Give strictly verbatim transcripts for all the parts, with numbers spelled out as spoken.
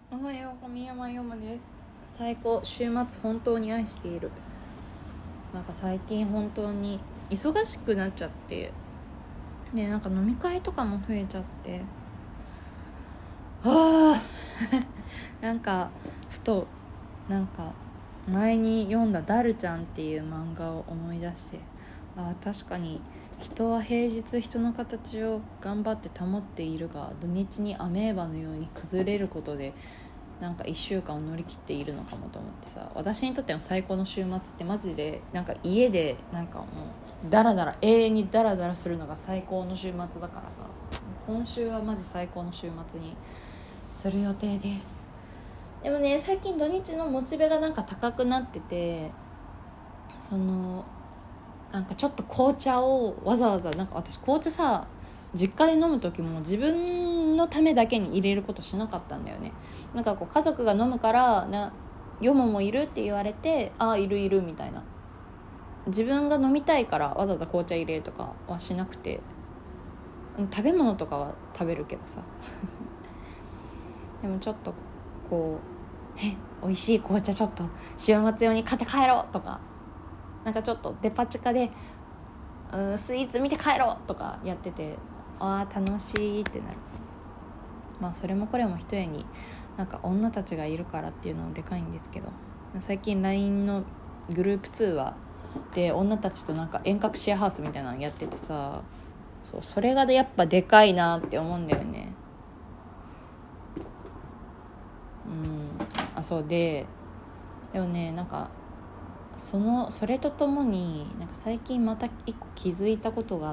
おはよう、神山よまです。最高、週末本当に愛している。なんか最近本当に忙しくなっちゃってね、なんか飲み会とかも増えちゃってはあなんかふとなんか前に読んだダルちゃんっていう漫画を思い出して、ああ確かに人は平日人の形を頑張って保っているが、土日にアメーバのように崩れることでなんかいっしゅうかんを乗り切っているのかもと思ってさ、私にとっての最高の週末ってマジでなんか家でなんかもうダラダラ永遠にダラダラするのが最高の週末だからさ、今週はマジ最高の週末にする予定です。でもね、最近土日のモチベがなんか高くなってて、そのなんかちょっと紅茶をわざわざなんか私紅茶さ実家で飲む時も自分のためだけに入れることしなかったんだよね。なんかこう家族が飲むからな、よももいるって言われて、ああいるいるみたいな、自分が飲みたいからわざわざ紅茶入れるとかはしなくて、食べ物とかは食べるけどさでもちょっとこうえ美味しい紅茶ちょっと週末用に買って帰ろうとか、なんかちょっとデパ地下でうんスイーツ見て帰ろうとかやってて、あー楽しいってなる。まあそれもこれも一重になんか女たちがいるからっていうのはでかいんですけど、最近 ライン のグループ通話で女たちとなんか遠隔シェアハウスみたいなのやっててさ、そうそれがでやっぱでかいなって思うんだよね。うんあそうででもね、なんかそのそれとともになんか最近また一個気づいたことがあって、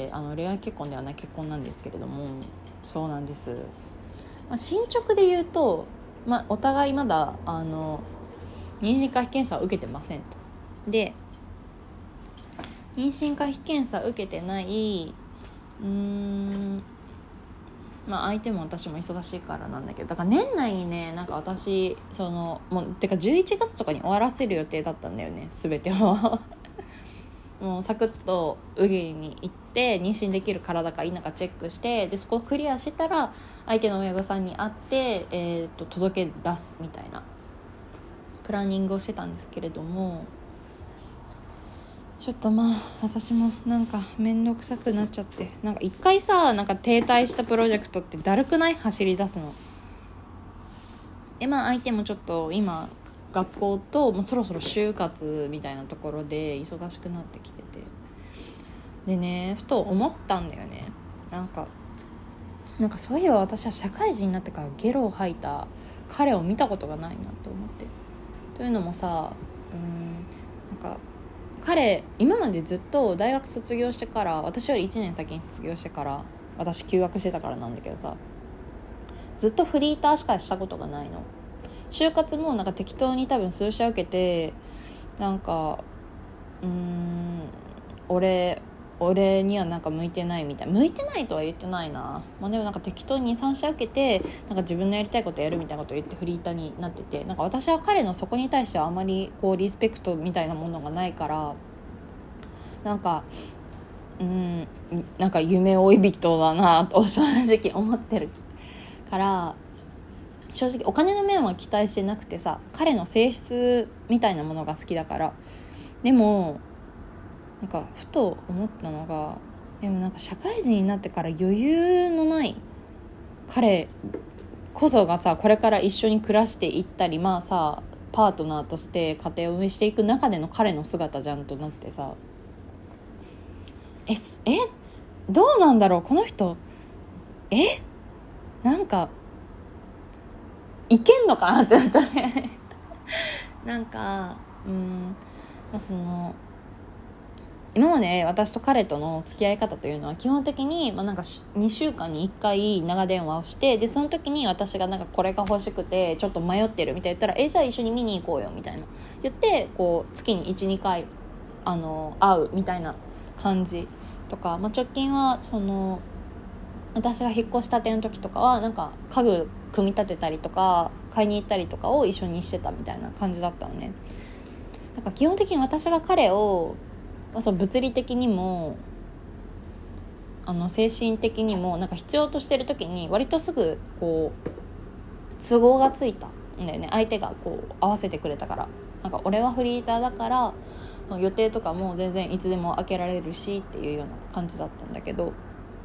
あの恋愛結婚ではない結婚なんですけれども、そうなんです、まあ、進捗で言うと、まあ、お互いまだあの妊娠可否検査を受けてませんと。で妊娠可否検査を受けてないうーんまあ相手も私も忙しいからなんだけど、だから年内にね、なんか私そのもうてかじゅういちがつとかに終わらせる予定だったんだよね、全てをもうサクッと受けに行って妊娠できる体か否かチェックして、でそこをクリアしたら相手の親御さんに会って、えー、と届け出すみたいなプランニングをしてたんですけれども、ちょっとまあ私もなんか面倒くさくなっちゃって、なんか一回さなんか停滞したプロジェクトってだるくない？走り出すので、まあ相手もちょっと今学校ともうそろそろ就活みたいなところで忙しくなってきてて、でねふと思ったんだよね。なんかなんかそういえば私は社会人になってからゲロを吐いた彼を見たことがないなと思って。というのもさ、うーんなんか彼今までずっと大学卒業してから、私よりいちねん先に卒業してから私休学してたからなんだけどさ、ずっとフリーターしかしたことがないの。就活もなんか適当に多分数社受けて、なんかうーん俺俺にはなんか向いてないみたいな、向いてないとは言ってないな、まあ、でもなんか適当ににさん社受けてなんか自分のやりたいことやるみたいなことを言ってフリーターになってて、なんか私は彼のそこに対してはあまりこうリスペクトみたいなものがないから、なんかうんなんか夢追い人だなと正直思ってるから、正直お金の面は期待してなくてさ、彼の性質みたいなものが好きだから。でもなんかふと思ったのが、でもなんか社会人になってから余裕のない彼こそがさ、これから一緒に暮らしていったり、まあさパートナーとして家庭を運営していく中での彼の姿じゃんとなってさ、ええどうなんだろうこの人、えなんかいけんのかなってなったねなんかうーん、まあ、その今まで私と彼との付き合い方というのは基本的に、まあ、なんかにしゅうかんにいっかい長電話をして、でその時に私がなんかこれが欲しくてちょっと迷ってるみたいな言ったら、えじゃあ一緒に見に行こうよみたいな言ってこう月に いち,に 回あの会うみたいな感じとか、まあ、直近はその私が引っ越したての時とかはなんか家具組み立てたりとか買いに行ったりとかを一緒にしてたみたいな感じだったのね。だから基本的に私が彼をまあ、そう物理的にもあの精神的にもなんか必要としてる時に割とすぐこう都合がついたんだよね。相手がこう合わせてくれたから、なんか俺はフリーターだから予定とかも全然いつでも開けられるしっていうような感じだったんだけど、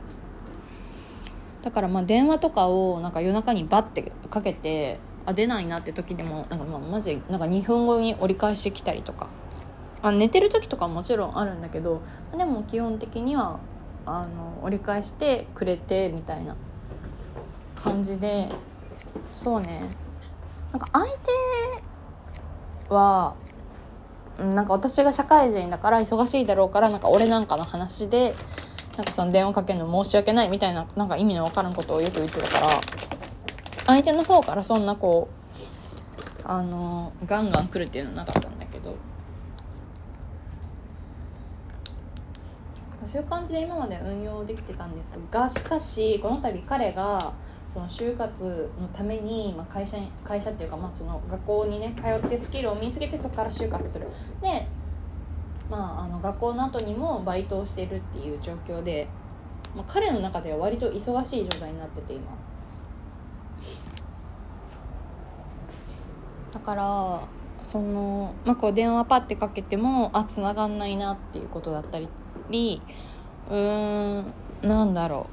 だからまあ電話とかをなんか夜中にバッてかけて、あ出ないなって時でもなんかまあマジなんかにふんごに折り返してきたりとか、あ寝てる時とかももちろんあるんだけど、でも基本的にはあの折り返してくれてみたいな感じで、そうね、なんか相手はなんか私が社会人だから忙しいだろうから、なんか俺なんかの話でなんかその電話かけるの申し訳ないみたいな、なんか意味のわからんことをよく言ってたから、相手の方からそんなこうあのガンガン来るっていうのはなかったんだけど、そういう感じで今まで運用できてたんですが、しかしこの度彼がその就活のために、まあ、会社に会社っていうか、まあ、その学校にね通ってスキルを身につけて、そこから就活するで、まあ、あの学校の後にもバイトをしているっていう状況で、まあ、彼の中では割と忙しい状態になってて今だから、その、まあ、こう電話パッてかけてもあ繋がんないなっていうことだったり、うーんなんだろ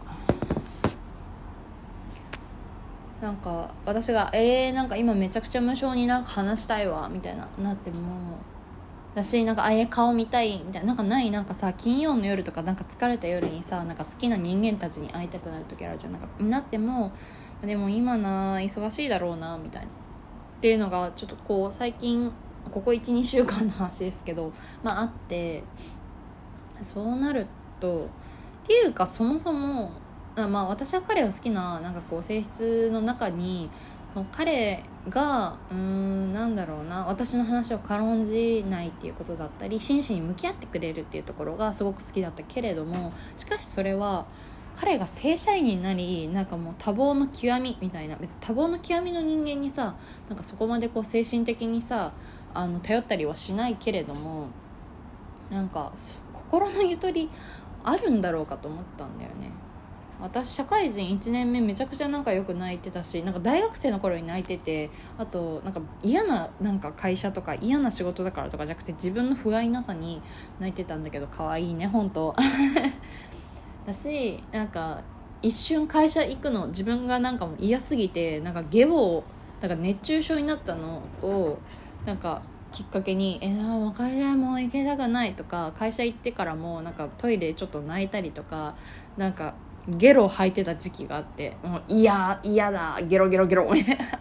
う、なんか私がえーなんか今めちゃくちゃ無償になんか話したいわみたいななっても、私なんかあえ顔見たいみたいな、なんかない、なんかさ金曜の夜とかなんか疲れた夜にさ、なんか好きな人間たちに会いたくなる時あるじゃん。なんかなってもでも今な忙しいだろうなみたいなっていうのがちょっとこう最近ここ いち,に 週間の話ですけど、まああって、そうなるとっていうかそもそもまあ私は彼を好きななんかこう性質の中に、彼がうーんなんだろうな、私の話を軽んじないっていうことだったり、真摯に向き合ってくれるっていうところがすごく好きだったけれども、しかしそれは彼が正社員になり、なんかもう多忙の極みみたいな、別に多忙の極みの人間にさ、なんかそこまでこう精神的にさあの頼ったりはしないけれども、なんか心のゆとりあるんだろうかと思ったんだよね。私社会人いちねんめめちゃくちゃ仲良く泣いてたし、なんか大学生の頃に泣いてて、あとなんか嫌ななんか会社とか嫌な仕事だからとかじゃなくて自分の不甲斐なさに泣いてたんだけど、可愛いね本当だし、なんか一瞬会社行くの自分がなんかもう嫌すぎて、なんかゲボなんか熱中症になったのをなんかきっかけにえなもう会社もう行けたくないとか、会社行ってからもなんかトイレちょっと泣いたりとか、なんかゲロ吐いてた時期があって、もう嫌嫌だゲロゲロゲロ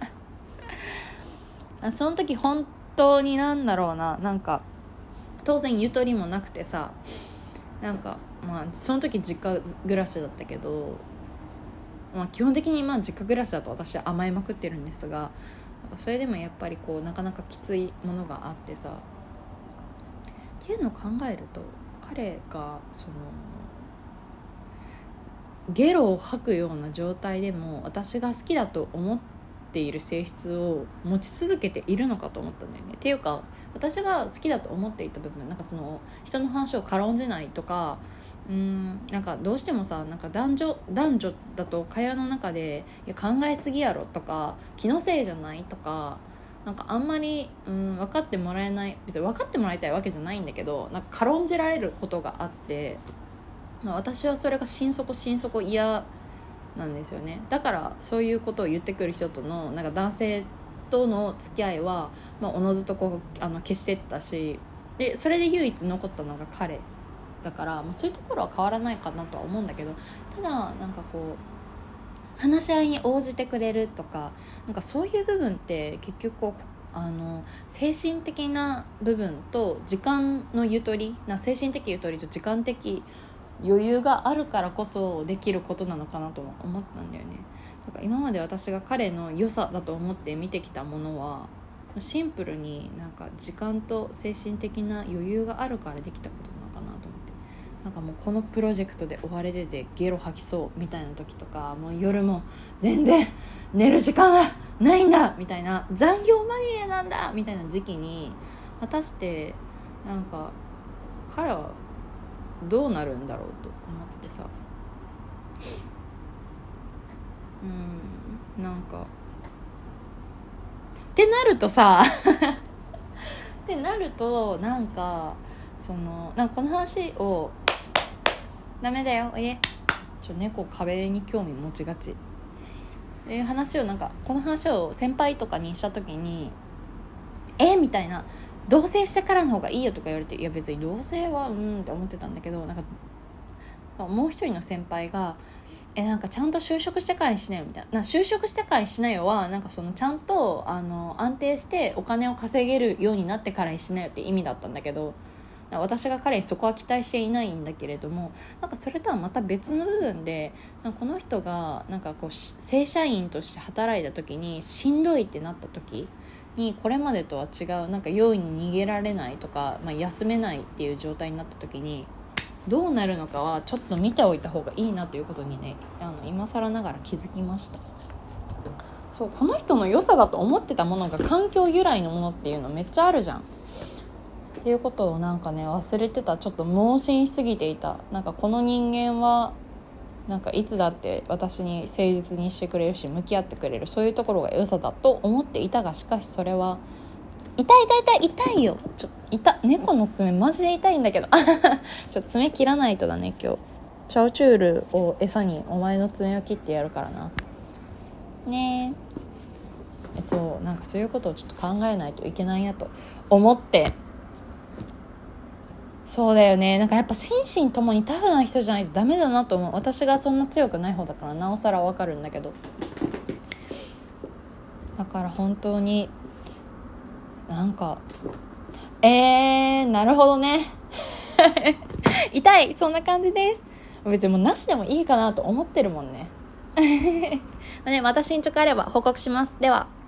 その時本当になんだろうな、なんか当然ゆとりもなくてさ、なんかまあその時実家暮らしだったけど、まあ、基本的にまあ実家暮らしだと私は甘えまくってるんですが、それでもやっぱりこうなかなかきついものがあってさ、っていうのを考えると、彼がそのゲロを吐くような状態でも私が好きだと思っている性質を持ち続けているのかと思ったんだよね。っていうか私が好きだと思っていた部分、なんかその人の話を軽んじないとか、うーんなんかどうしてもさ、なんか男女男女だと会話の中でいや考えすぎやろとか気のせいじゃないとか、なんかあんまりうん分かってもらえない、別に分かってもらいたいわけじゃないんだけど、なんか軽んじられることがあって、私はそれが心底心底嫌なんですよね。だからそういうことを言ってくる人とのなんか男性との付き合いは、まあ、おのずとこうあの消してったし、でそれで唯一残ったのが彼だから、まあ、そういうところは変わらないかなとは思うんだけど、ただなんかこう話し合いに応じてくれるとか、なんかそういう部分って結局こうあの精神的な部分と時間のゆとりな、精神的ゆとりと時間的余裕があるからこそできることなのかなと思ったんだよね。だから今まで私が彼の良さだと思って見てきたものはシンプルになんか時間と精神的な余裕があるからできたことなのかなと思って、なんかもうこのプロジェクトで追われててゲロ吐きそうみたいな時とか、もう夜も全然寝る時間がないんだみたいな、残業まみれなんだみたいな時期に果たしてなんか彼はどうなるんだろうと思ってさ、うんなんかってなるとさってなるとなんかそのなんかこの話をダメだよえちょ猫壁に興味持ちがちっていう話をなんかこの話を先輩とかにした時にえみたいな同棲してからの方がいいよとか言われていや別に同棲はうんって思ってたんだけどなんかもう一人の先輩がえなんかちゃんと就職してからにしなよみたいな就職してからにしなよはなんかそのちゃんとあの安定してお金を稼げるようになってからにしなよって意味だったんだけど私が彼にそこは期待していないんだけれどもなんかそれとはまた別の部分でなんかこの人がなんかこう正社員として働いた時にしんどいってなった時にこれまでとは違うなんか容易に逃げられないとか、まあ、休めないっていう状態になった時にどうなるのかはちょっと見ておいた方がいいなということにねあの今更ながら気づきました。そうこの人の良さだと思ってたものが環境由来のものっていうのめっちゃあるじゃんっていうことをなんかね忘れてたちょっと盲信しすぎていたなんかこの人間はなんかいつだって私に誠実にしてくれるし向き合ってくれるそういうところが良さだと思っていたがしかしそれは痛い痛い痛い痛いよちょ痛猫の爪マジで痛いんだけどちょ爪切らないとだね今日チャウチュールを餌にお前の爪を切ってやるからなねえそうなんかそういうことをちょっと考えないといけないなと思ってそうだよねなんかやっぱ心身ともにタフな人じゃないとダメだなと思う私がそんな強くない方だからなおさらわかるんだけどだから本当になんかえーなるほどね痛いそんな感じです別にもうなしでもいいかなと思ってるもんねねまた進捗あれば報告しますでは